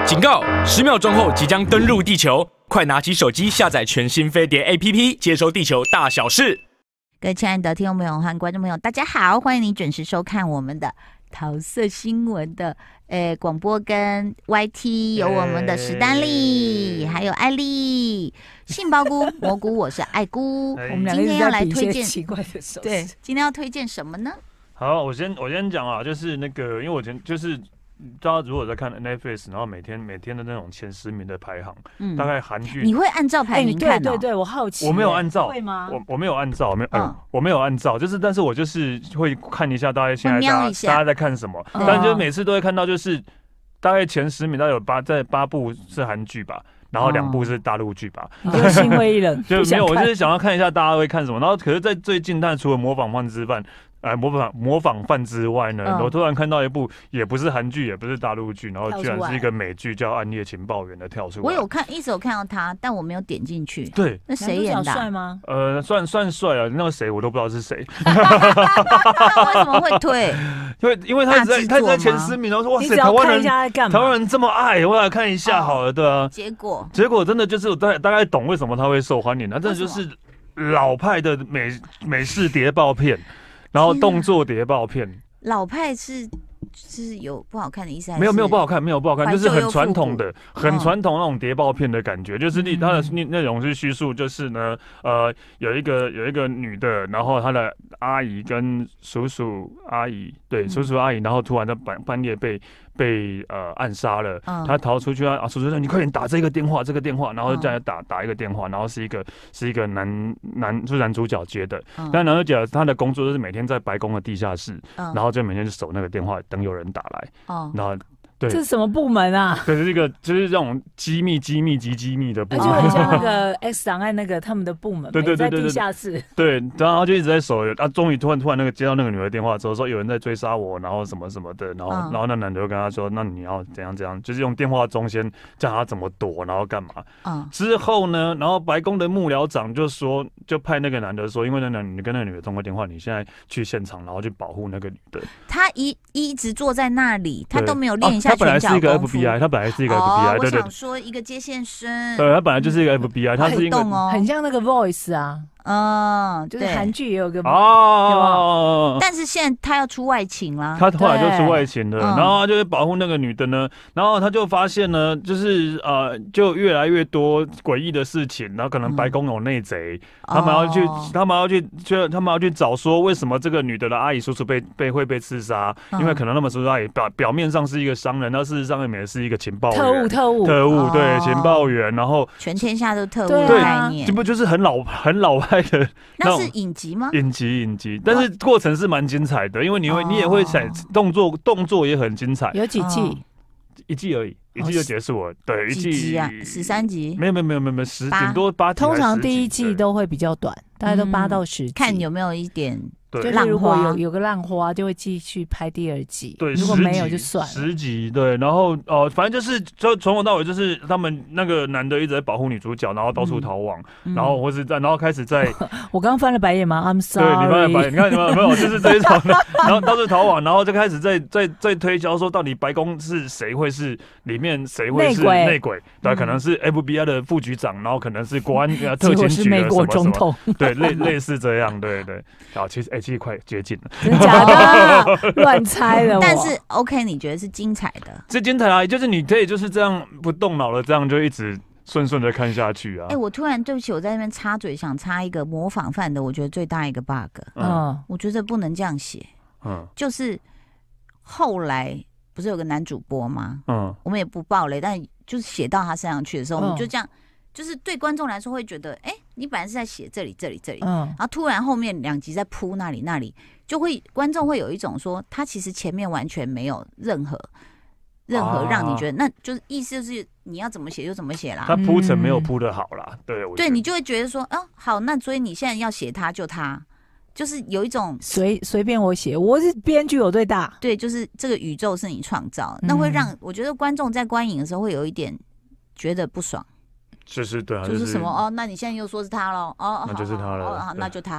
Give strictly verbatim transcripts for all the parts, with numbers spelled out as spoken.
警告！十秒钟后即将登陆地球，快拿起手机下载全新飞碟 A P P， 接收地球大小事。 各位亲爱的听众朋友和观众朋友，大家好，欢迎你准时收看我们的桃色新闻的呃广播跟 Y T， 有我们的史丹利，还有艾丽，杏鲍菇、蘑菇，我是爱菇。我们今天要来推荐奇怪的手势。 对，今天要推荐什么呢？ 好，我先我先讲啊，就是那个，因为我前就是大家如果在看 Netflix， 然后每天每天的那种前十名的排行，嗯、大概韩剧你会按照排名看、哦？ 对对对，我好奇。 我没有按照， 会吗？ 我我没有按照，没有，嗯、我没有按照，就是但是我就是会看一下大概现在大家大家在看什么， 嗯、 但就是每次都会看到就是大概前十名大概有八在八部是韩剧吧。然后两部是大陆剧吧， 你就心灰意冷， 就没有。我就是想要看一下大家会看什么。然后，可是，在最近，但除了模仿犯之犯，呃，模仿模仿犯之外呢，嗯、我突然看到一部也不是韩剧，也不是大陆剧，然后居然是一个美剧，叫《暗夜情报员》的跳出来。 我有看，一直有看到他，但我没有点进去。 对， 那谁演的？ 帅吗？ 呃，算算帅啊，那个谁我都不知道是谁。 他为什么会退？ 因为因为他在他在前十名，然后说哇塞，台湾人台湾人这么爱，我来看一下好了，对啊。 结果结果真的就是我大大概懂为什么他会受欢迎，他真的就是老派的美美式谍报片，然后动作谍报片。 老派是是有不好看的意思还是？ 没有没有不好看，没有不好看，就是很传统的、很传统那种谍报片的感觉。就是它的内容是叙述，就是呢，呃，有一个有一个女的，然后她的阿姨跟叔叔阿姨，对，叔叔阿姨，然后突然在半半夜被被呃暗杀了，她逃出去啊，叔叔说你快点打这个电话，这个电话，然后再来打打一个电话，然后是一个是一个男男就是男主角接的，但男主角他的工作就是每天在白宫的地下室，然后就每天就守那个电话，等有人打来，哦，然后对， 这是什么部门啊？ 对，是一个就是这种机密、机密及机密的部门， 而且很像那个 X 档案那个他们的部门， 对对对对， 在地下室， 对，然后就一直在守，啊，终于突然突然那个接到那个女的电话之后，说有人在追杀我，然后什么什么的，然后、嗯、然后那男的就跟他说，那你要怎样怎样，就是用电话中先叫他怎么躲，然后干嘛？嗯，之后呢，然后白宫的幕僚长就说，就派那个男的说，因为那男你跟那个女的通过电话，你现在去现场，然后去保护那个女的。 他一一直坐在那里，他都没有练一下。 他本来是一个 F B I， 他本来是一个 F B I， 哦， 对对。 我想说一个接线生。 对，他本来就是一个 F B I， 他是一个很像那个 Voice 啊。嗯，就是韩剧也有个哦， 但是现在他要出外勤了， 他后来就出外勤了，然后他就会保护那个女的呢，然后他就发现呢，就是呃，就越来越多诡异的事情，然后可能白宫有内贼，他们要去，他们要去，就他们要去找说为什么这个女的的阿姨叔叔被被会被刺杀，因为可能那么叔叔阿姨表表面上是一个商人，但事实上面也是一个情报员， 特务特务特务对情报员，然后全天下都特务的概念， 这不就是很老很老派。 那是影集吗？ 影集影集，但是过程是蛮精彩的，因为你会、哦、你也会想动作动作也很精彩。 有几季？哦、 一季而已，一季就结束了。对，一季几集啊？十三集？ 没有没有没有没有十，顶多八集。 通常第一季都会比较短，大概都八到十集、嗯， 看有没有一点。 就是如果有有个浪花，就会继续拍第二季。 对， 如果没有就算了。 十集对，然后哦、呃，反正就是就从头到尾就是他们那个男的一直在保护女主角，然后到处逃亡，嗯、然后或是在然后开始在。 我刚刚翻了白眼吗 ？I'm sorry。 对，你翻了白眼，你看有没有？没有，就是这一种的，然后到处逃亡，然后就开始在在在推销说，到底白宫是谁会是里面谁会是内鬼？对，可能是 F B I 的副局长，然后可能是国安呃特勤局的什么美国总统， 对，类类似这样，对对。好，其实哎、欸，其实快接近了。 真的假的？乱猜了。 但是 OK， 你觉得是精彩的？ 是精彩啊，就是你可以就是这样不动脑的，这样就一直顺顺的看下去啊。 哎、欸，我突然对不起，我在那边插嘴，想插一个模仿犯的，我觉得最大一个 bug。嗯，我觉得不能这样写。嗯，就是后来不是有个男主播吗？嗯，我们也不爆雷，但就是写到他身上去的时候，嗯、我们就这样。就是对观众来说会觉得，哎、欸，你本来是在写这里、这里、这里，嗯，然后突然后面两集在铺那里、那里，就会观众会有一种说，他其实前面完全没有任何任何让你觉得，啊、那就是意思就是你要怎么写就怎么写啦。 他铺陈没有铺得好啦，对， 对你就会觉得说，哦，好，那所以你现在要写他就他，就是有一种随随便我写，我是编剧我最大， 对，就是这个宇宙是你创造，那会让我觉得观众在观影的时候会有一点觉得不爽。 就是对啊， 就是什么哦？那你现在又说是他了哦， 那就是他了， 哦，那就他。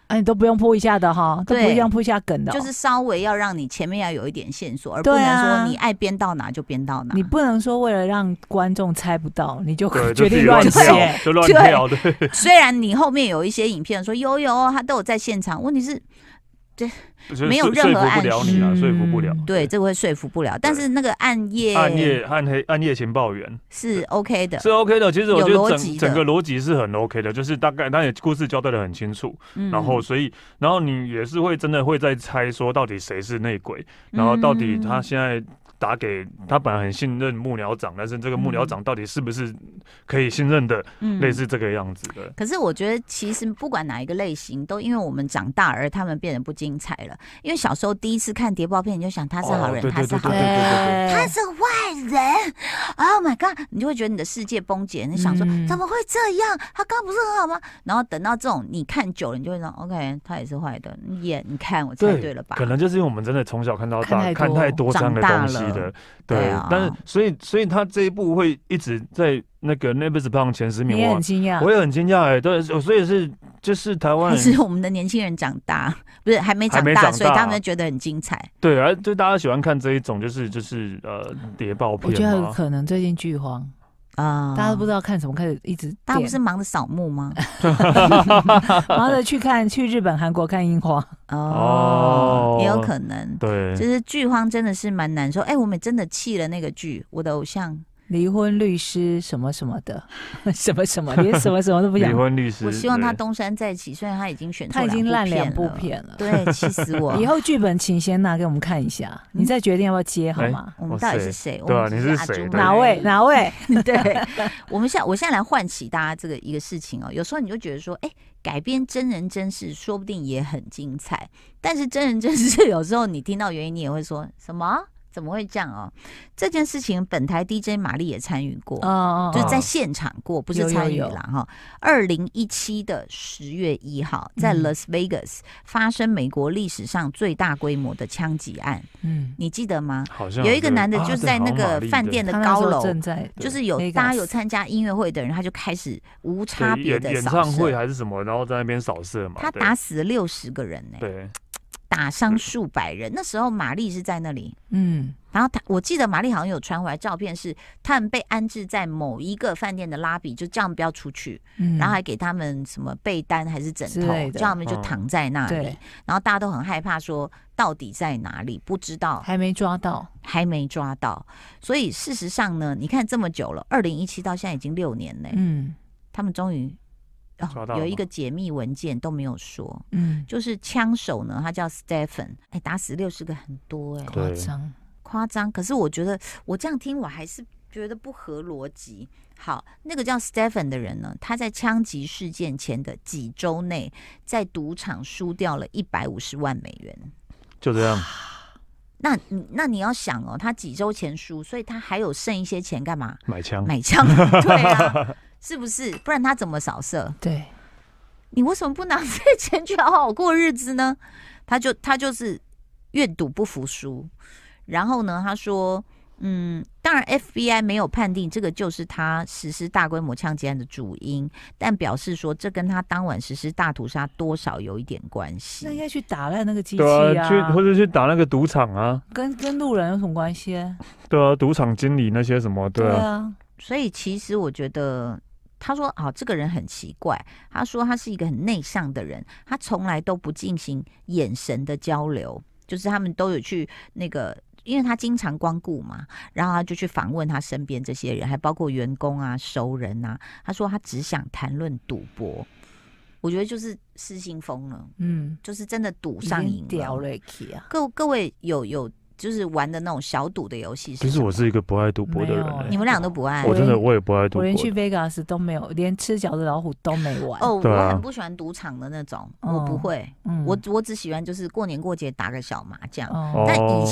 啊，你都不用铺一下的哈，都不一样铺一下梗的、哦， 就是稍微要让你前面要有一点线索，而不能说你爱编到哪就编到哪。 你不能说为了让观众猜不到，你就决定乱写， 就乱跳。对， 虽然你后面有一些影片说有有，他都有在现场，问题是。对， 没有任何暗示，说服不了你啊，说服不了。 对，这个会说服不了。但是那个暗夜、 暗夜、暗黑、暗夜情报员是 OK 的， 是 OK 的。其实我觉得整整个逻辑是很 OK 的，就是大概他也故事交代的很清楚，嗯、然后所以，然后你也是会真的会在猜说到底谁是内鬼，然后到底他现在。打给他本来很信任幕僚长，但是这个幕僚长到底是不是可以信任的，嗯、类似这个样子的。 可是我觉得其实不管哪一个类型，都因为我们长大而他们变得不精彩了。因为小时候第一次看谍报片，你就想他是好人，他是好人，他是坏人。Oh my god！ 你就会觉得你的世界崩解，你想说、嗯、怎么会这样？他刚不是很好吗？然后等到这种你看久了，你就会说 OK， 他也是坏的。也你看我猜对了吧？ 可能就是因为我们真的从小看到大，看 太, 看太多这样的东西。的对，对啊、但是所以所以他这一部会一直在那个 Netflix 排行前十名， 我也很惊讶， 我也很惊讶哎，对，所以是就是台湾人， 还是我们的年轻人长大，不是还没长 大, 长大，所以他们觉得很精彩。 对啊，就大家喜欢看这一种，就是就是呃谍报片。 我觉得可能最近剧荒。啊、uh, 大家都不知道看什么，开始一直大家不是忙着扫墓吗？ 忙着去看去日本、韩国看樱花哦， oh, 也有可能。 对， 就是剧荒真的是蛮难受。哎、欸，我们真的弃了那个剧，我的偶像。 离婚律师什么什么的，什么什么连什么什么都不讲。 离婚律师， 我希望他东山再起，虽然他已经选出他已经烂两部片了， 对，气死我。 以后剧本请先拿给我们看一下，你再决定要不要接好吗？ 欸、我们到底是谁？ 对啊，你是谁？ 哪位？哪位？ 对，我们现我现在来唤起大家这个一个事情哦。有时候你就觉得说，哎、欸，改编真人真事，说不定也很精彩。但是真人真事有时候你听到原因，你也会说什么？怎么会这样哦？这件事情本台 D J 玛丽也参与过，哦、就是在现场过，不是参与啦哈。二零一七的十月一号，在 Las Vegas、嗯、发生美国历史上最大规模的枪击案，嗯，你记得吗？ 好像有一个男的就是在那个饭店的高楼，就是有大家有参加音乐会的人，他就开始无差别的演唱会还是什么，然后在那边扫射嘛， 他打死了六十个人呢、欸， 对。 打伤数百人，那时候玛丽是在那里，嗯，然后他我记得玛丽好像有传回来照片，是他们被安置在某一个饭店的拉比，就叫他们不要出去，嗯、然后还给他们什么被单还是枕头，叫他们就躺在那里，嗯、然后大家都很害怕，说到底在哪里？不知道， 还没抓到， 还没抓到。所以事实上呢，你看这么久了，二零一七到现在已经六年了，嗯，他们终于。哦、有一个解密文件都没有说，嗯，就是枪手呢，他叫 Stephen， 哎、欸，打死六十个很多哎、欸， 夸张夸张。可是我觉得我这样听，我还是觉得不合逻辑。好，那个叫 Stephen 的人呢，他在枪击事件前的几周内，在赌场输掉了一百五十万美元， 就这样。 那那你要想哦，他几周前输，所以他还有剩一些钱干嘛？ 买枪， 买枪，对啊。是不是？不然他怎么扫射？ 对， 你为什么不拿这些钱去好好过日子呢？他就他就是越赌不服输。然后呢，他说，嗯，当然 F B I 没有判定这个就是他实施大规模枪击案的主因，但表示说这跟他当晚实施大屠杀多少有一点关系。 那应该去打烂那个机器啊， 对啊，去或者去打那个赌场啊， 跟跟路人有什么关系啊？ 对啊，赌场经理那些什么，对啊。 对啊， 所以其实我觉得。他说：“啊，这个人很奇怪。他说他是一个很内向的人，他从来都不进行眼神的交流，就是他们都有去那个，因为他经常光顾嘛，然后他就去访问他身边这些人，还包括员工啊、熟人啊。他说他只想谈论赌博，我觉得就是失心疯了，嗯，就是真的赌上瘾了。各各位有有。”就是玩的那种小赌的游戏。 其实我是一个不爱赌博的人、欸， 你们俩都不爱。 我真的我也不爱赌博。 我连去 Vegas 都没有，连吃饺子老虎都没玩。 哦，啊、我很不喜欢赌场的那种，哦、我不会。嗯、我我只喜欢就是过年过节打个小麻将。哦、但以前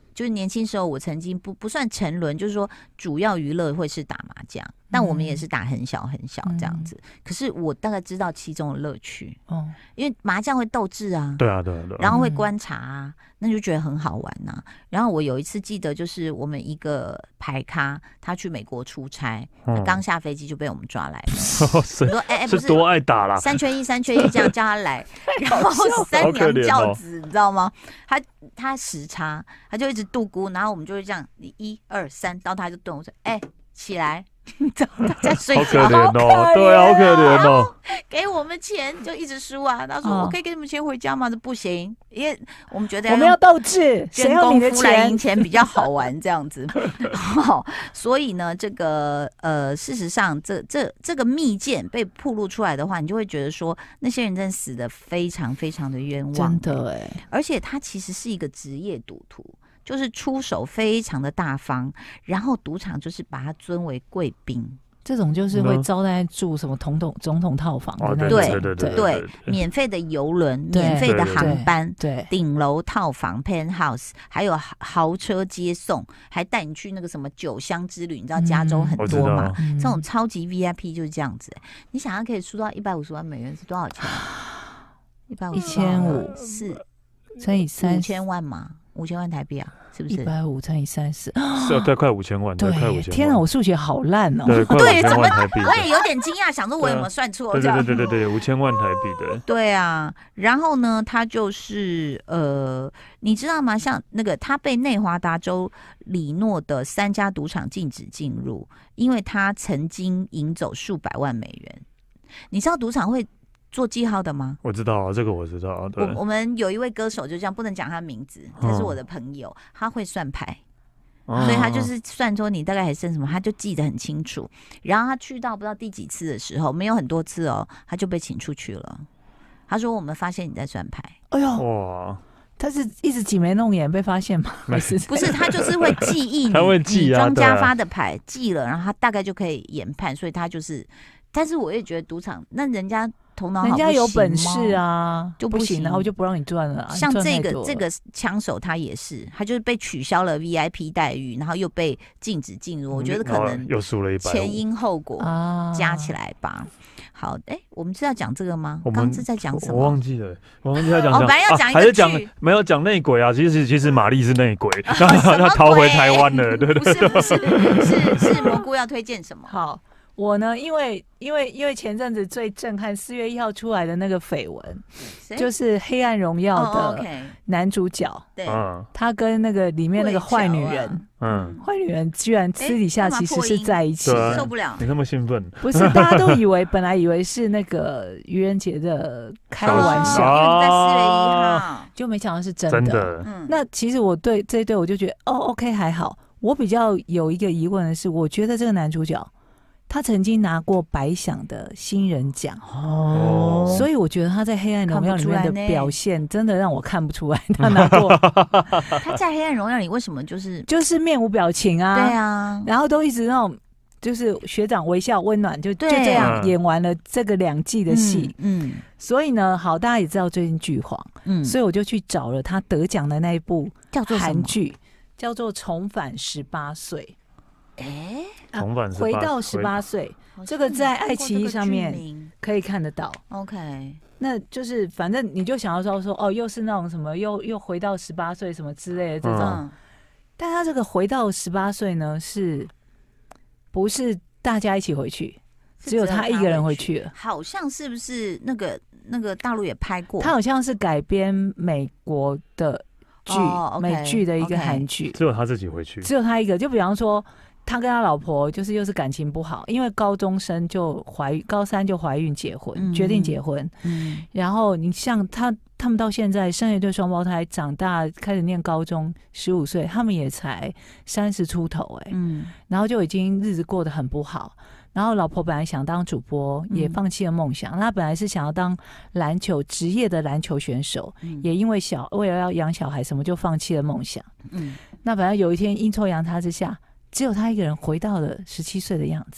就是年轻时候我曾经不不算沉沦，就是说主要娱乐会是打麻将，但我们也是打很小很小这样子。嗯、可是我大概知道其中的乐趣，哦，因为麻将会斗智啊， 对啊对啊对啊， 然后会观察啊，那就觉得很好玩呐、啊。然后我有一次记得，就是我们一个牌咖，他去美国出差，嗯、刚下飞机就被我们抓来了。 哦、是说哎哎， 是多爱打啦， 三缺一三缺一这样叫他来，然后三娘教子，你知道吗？他他时差，他就一直度估，然后我们就会这样，你一二三，到他就顿，我说哎、欸、起来。他在睡觉， 好可怜哦，对啊，好可怜哦。 给我们钱就一直输啊。他说：“我可以给你们钱回家吗？”这不行，因为我们觉得我们要斗志，谁要你的钱？赢钱比较好玩，这样子。好，所以呢，这个呃，事实上，这这这个密件被暴露出来的话，你就会觉得说，那些人真的死得非常非常的冤枉， 真的哎。 而且他其实是一个职业赌徒。就是出手非常的大方，然后赌场就是把他尊为贵宾， 这种就是会招待住什么总统总统套房的那种， 对对对对，免费的邮轮、免费的航班、 对顶楼套房 penthouse， 还有豪车接送，还带你去那个什么酒乡之旅，你知道加州很多嘛？嗯、这种超级 V I P 就是这样子、欸。你想要可以输到一百五十万美元是多少钱？一百五一千五是乘以三五千万嘛？五千万台币啊，是不是？ 一百五乘以三十， 是对，快五千万， 对， 快五千万。 天啊，我数学好烂哦。 对， 对，怎么台币？ 我也有点惊讶，想说我有没有算错？ 对对对对对对，五千万台币的。 对啊，然后呢，他就是呃，你知道吗？像那个他被内华达州里诺的三家赌场禁止进入，因为他曾经赢走数百万美元。你知道赌场会做记号的吗？ 我知道啊，这个我知道。对， 我我们有一位歌手就这样，不能讲他名字，他是我的朋友，嗯、他会算牌，哦、所以他就是算说你大概还剩什么，他就记得很清楚。然后他去到不知道第几次的时候，没有很多次哦，他就被请出去了。他说：“我们发现你在算牌。” 哎呦哇！他是一直挤眉弄眼被发现吗？还是不是？他就是会记忆你， 他会记啊，庄家发的牌记了，然后他大概就可以研判，所以他就是。但是我也觉得赌场那人家头脑好， 人家有本事啊， 就不行， 然后就不让你赚了、啊。 像这个这个枪手他也是，他就是被取消了 V I P 待遇，然后又被禁止进入。我觉得可能又输了一百， 前因后果加起来吧。好，哎、欸，我们是要讲这个吗？我们是在讲什么？ 我忘记了，我忘记要讲。 哦，本来要讲一个、 啊、还是讲没有讲内鬼啊？其实其实玛丽是内鬼，然后他逃回台湾了，对对对，不是不是是是蘑菇要推荐什么？ 好。我呢，因为因为因为前阵子最震撼，四月一号出来的那个绯闻，就是《黑暗荣耀》的男主角， 对、 哦 okay ，他跟那个里面那个坏女人，嗯，坏女人居然私底下其实是在一起， 受不了， 你那么兴奋？ 不是，大家都以为本来以为是那个愚人节的开玩笑， 因为在四月一号， 就没想到是真的。 真的， 嗯，那其实我对这一对我就觉得，哦 ，OK 还好。我比较有一个疑问的是，我觉得这个男主角。他曾经拿过百想的新人奖哦，所以我觉得他在《黑暗荣耀》里面的表现真的让我看不出来他拿过。 他在《黑暗荣耀》里为什么就是就是面无表情啊？ 对啊， 然后都一直那种就是学长微笑温暖，就就这样演完了这个两季的戏。嗯，嗯所以呢，好，大家也知道最近剧荒，嗯，所以我就去找了他得奖的那一部韩剧，叫做《重返十八岁》。 哎、 啊，回到十八岁，这个在爱奇艺上面可以看得到。 OK， 那就是反正你就想要说说哦，又是那种什么又又回到十八岁什么之类的这种。嗯、但他这个回到十八岁呢，是不是大家一起回去？只有他一个人回去了。 好像是不是那个那个大陆也拍过？ 他好像是改编美国的剧，哦 okay, 美剧的一个韩剧。 只有他自己回去， 只有他一个。就比方说。他跟他老婆就是又是感情不好，因为高中生就怀高三就怀孕结婚，嗯、决定结婚。嗯，然后你像他他们到现在生一对双胞胎，长大开始念高中，十五岁，他们也才三十出头哎、欸，嗯，然后就已经日子过得很不好。然后老婆本来想当主播，也放弃了梦想。嗯、他本来是想要当篮球职业的篮球选手，嗯、也因为小为了要养小孩什么就放弃了梦想。嗯，那反正有一天阴错阳差之下。只有他一个人回到了十七岁的样子，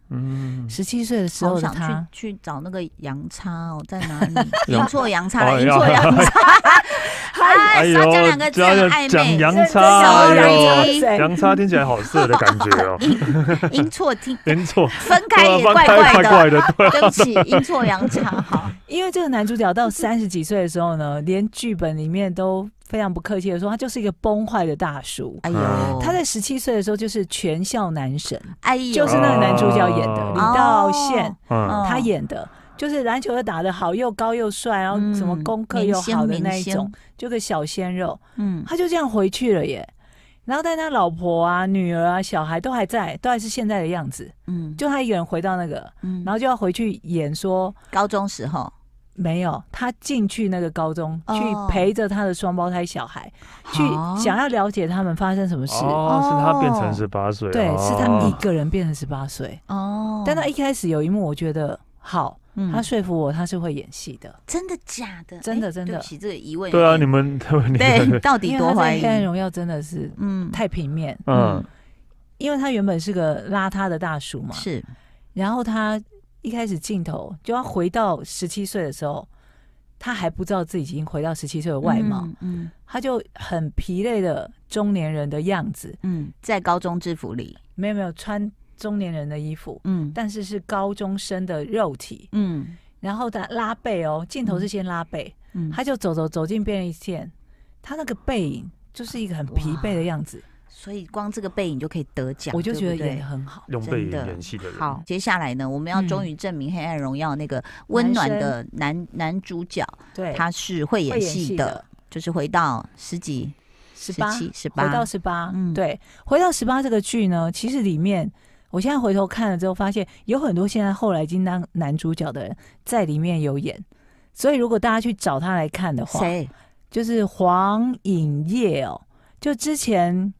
嗯，十七岁的时候的他， 好想去去找那个阳差哦，在哪里？阴错阳差，阴错阳差。哎，少讲两个字，暧昧。 讲阳差，阳差听起来好色的感觉哦。 阴错听， 阴错分开也怪怪的。 对不起，阴错阳差。好， 因为这个男主角到三十几岁的时候呢，连剧本里面都非常不客气的说，他就是一个崩坏的大叔。哎呦，他在十七岁的时候就是全校男神，哎呦，就是那个男主角演的李道宪，他演的。就是篮球又打得好，又高又帅，然后什么功课又好的那一种，就个小鲜肉。嗯，他就这样回去了耶。然后但他老婆啊、女儿啊、小孩都还在，都还是现在的样子。嗯，就他一个人回到那个，嗯，然后就要回去演说高中时候没有，他进去那个高中、哦、去陪着他的双胞胎小孩，去想要了解他们发生什么事。 哦，是他变成十八岁， 对， 哦、 是他一个人变成十八岁。哦，但他一开始有一幕，我觉得好。嗯、他说服我，他是会演戏的， 真的假的？ 真的真的。 对不起，这个疑问。 对啊，你们对到底多怀疑？ 因为他在《黑暗荣耀》真的是嗯太平面，嗯，因为他原本是个邋遢的大叔嘛， 是。 然后他一开始镜头就要回到十七岁的时候，他还不知道自己已经回到十七岁的外貌，嗯，嗯他就很疲累的中年人的样子， 嗯，在高中制服里， 没有没有穿。中年人的衣服，嗯，但是是高中生的肉体，嗯，然后他拉背哦，镜头是先拉背，嗯，他就走走走进便利店，他那个背影就是一个很疲惫的样子， 所以光这个背影就可以得奖， 我就觉得演得很好， 用背影演戏的人。 好，接下来呢，我们要终于证明《黑暗荣耀》那个温暖的男男主角，对，他是会演戏的，就是回到十几、 十八、 十八， 回到十八，嗯，对，回到十八这个剧呢，其实里面。我现在回头看了之后，发现有很多现在后来已经当男主角的人在里面有演，所以如果大家去找他来看的话， 谁？ 就是黄颖烨哦，就之前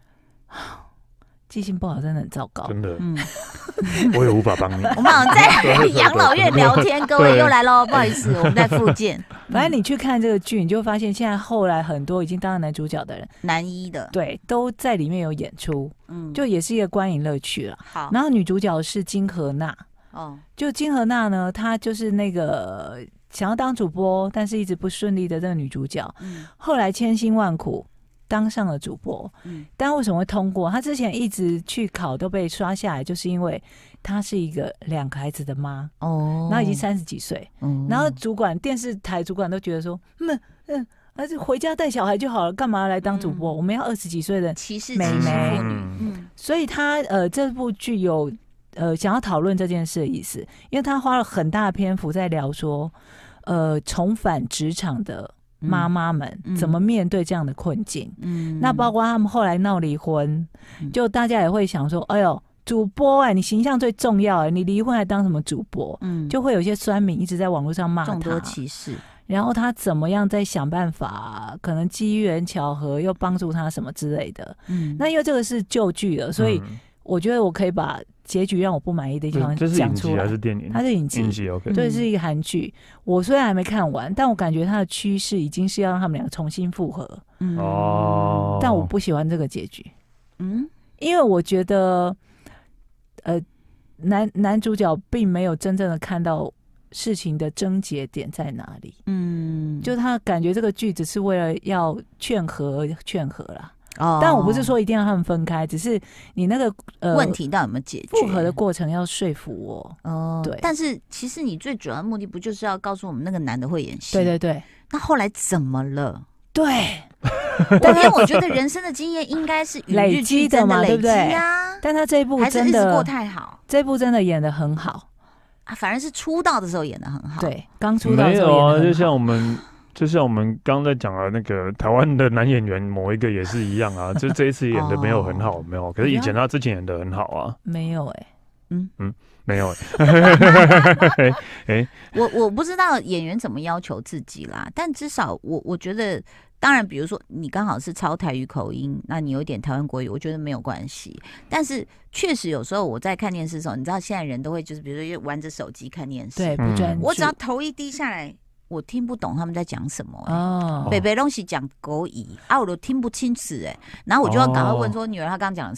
记性不好，真的很糟糕， 真的，嗯，我也无法帮你。 我们好像在养老院聊天，各位又来喽，不好意思，我们在复健。 反正你去看这个剧，你就会发现现在后来很多已经当了男主角的人， 男一的， 对，都在里面有演出，嗯，就也是一个观影乐趣了。好，然后女主角是金荷娜，哦，就金荷娜呢，她就是那个想要当主播，但是一直不顺利的这个女主角，嗯，后来千辛万苦当上了主播，嗯，但为什么会通过？她之前一直去考都被刷下来，就是因为她是一个两个孩子的妈哦，然后已经三十几岁，嗯，然后主管电视台主管都觉得说，嗯嗯，而且回家带小孩就好了，干嘛来当主播？嗯、我们要二十几岁的歧视美眉， 嗯嗯， 所以她呃这部剧有呃想要讨论这件事的意思，因为她花了很大的篇幅在聊说，呃重返职场的。妈妈们怎么面对这样的困境？嗯，那包括他们后来闹离婚，嗯、就大家也会想说：“哎呦，主播哎、欸，你形象最重要哎、欸，你离婚还当什么主播？”嗯，就会有些酸民一直在网络上骂他， 众多歧视。 然后他怎么样在想办法，可能机缘巧合又帮助他什么之类的。嗯，那因为这个是旧剧了，所以我觉得我可以把结局让我不满意的地方讲出来。这是影集还是电影？ 它是影集， 影集 OK。 这是一个韩剧，我虽然还没看完，但我感觉它的趋势已经是要让他们两个重新复合。嗯哦，但我不喜欢这个结局。嗯，因为我觉得，呃，男男主角并没有真正的看到事情的症结点在哪里。嗯，就他感觉这个剧只是为了要劝和劝和啦。哦，但我不是说一定要他们分开，只是你那个呃问题到底有没有解决？ 复合的过程要说服我。哦，对。 但是其实你最主要的目的不就是要告诉我们那个男的会演戏？ 对对对。 那后来怎么了？ 对。 因为我觉得人生的经验应该是累积的嘛，对不对？但他这一部真的还是日子过太好， 这一部真的演得很好啊，反而是出道的时候演得很好。 对，刚出道的时候演得很好。 没有啊，就像我们。就像我们刚在讲的那个台湾的男演员某一个也是一样啊，就这一次演的没有很好，没有，可是以前他之前演的很好啊。 没有哎、欸，嗯嗯，没有哎、欸欸。我我不知道演员怎么要求自己啦，但至少我我觉得，当然，比如说你刚好是超台语口音，那你有一点台湾国语，我觉得没有关系。但是确实有时候我在看电视的时候，你知道现在人都会就是比如说玩着手机看电视， 对，不专注。 我只要头一低下来。我听不懂他们在讲什么、欸，哦，北北东西讲狗语啊，我都听不清楚哎、欸，然后我就要赶快问说女儿她刚刚讲了什么，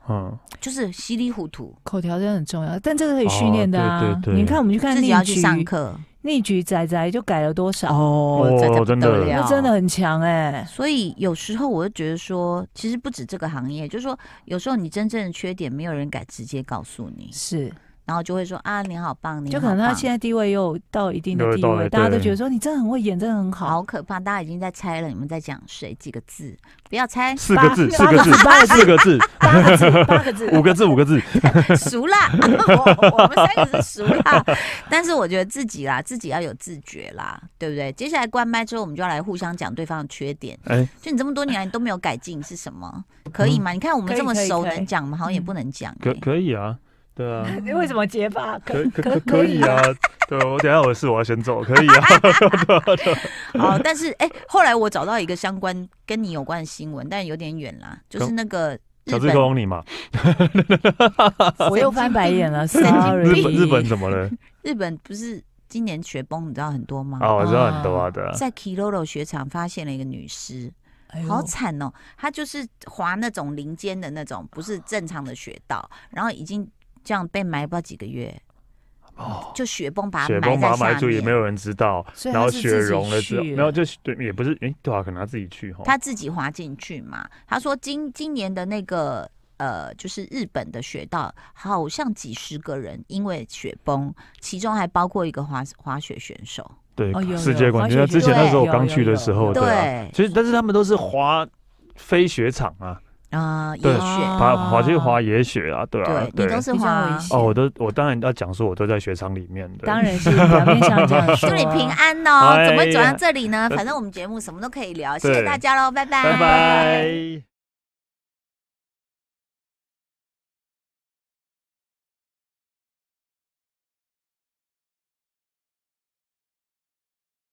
嗯，就是稀里糊涂。 口条真的很重要，但这个可以训练的啊。 哦、对对对， 你看，我们去看自己要去上课。 逆局仔仔就改了多少哦，仔仔不得了， 那真的很强哎、欸。 所以有时候我就觉得说，其实不止这个行业，就是说有时候你真正的缺点，没有人敢直接告诉你， 是， 然后就会说啊，你好棒，你好棒。 就可能他现在地位又到一定的地位，大家都觉得说你真的很会演，真的很好， 好可怕。大家已经在猜了，你们在讲谁？几个字？不要猜， 四个字，四个字，四个字， 八个字，八个字， 五个字，五个字， 熟啦。我我们三个是熟啦，但是我觉得自己啦，自己要有自觉啦，对不对？接下来关麦之后，我们就要来互相讲对方的缺点。哎，就你这么多年来你都没有改进是什么？可以吗？你看我们这么熟，能讲吗？好像也不能讲。 可可以啊。对啊， 你为什么结巴？ 可可可以啊，对，我等一下有事我要先走，可以啊。 好，但是哎、欸，后来我找到一个相关跟你有关的新闻，但是有点远啦，就是那个小智沟你嘛， 我又翻白眼了。 Sorry， 日本日本怎么了？ 日本不是今年雪崩，你知道很多吗？ 哦，我知道很多啊，对啊。 在 Kiroro 雪场发现了一个女尸。好惨哦！她就是滑那种林间的那种，不是正常的雪道，然后已经这样被埋不知道几个月，哦，就雪崩把它埋在下面， 埋住也没有人知道，然后雪融了之后，没有就对，也不是哎、欸，对啊，可能他自己去哈， 他自己滑进去嘛。他说今今年的那个呃，就是日本的雪道，好像几十个人因为雪崩，其中还包括一个滑滑雪选手。 对，哦、世界冠军。之前那时候我刚去的时候，对、啊，其实但是他们都是滑飞雪场啊， 啊、呃，野雪， 滑滑去滑野雪啊，对啊， 对，你都是滑哦，我都我当然要讲说，我都在雪场里面的， 当然是表面上这样说。 祝你平安哦，怎么会转到这里呢？反正我们节目什么都可以聊，谢谢大家喽，拜拜， 拜拜。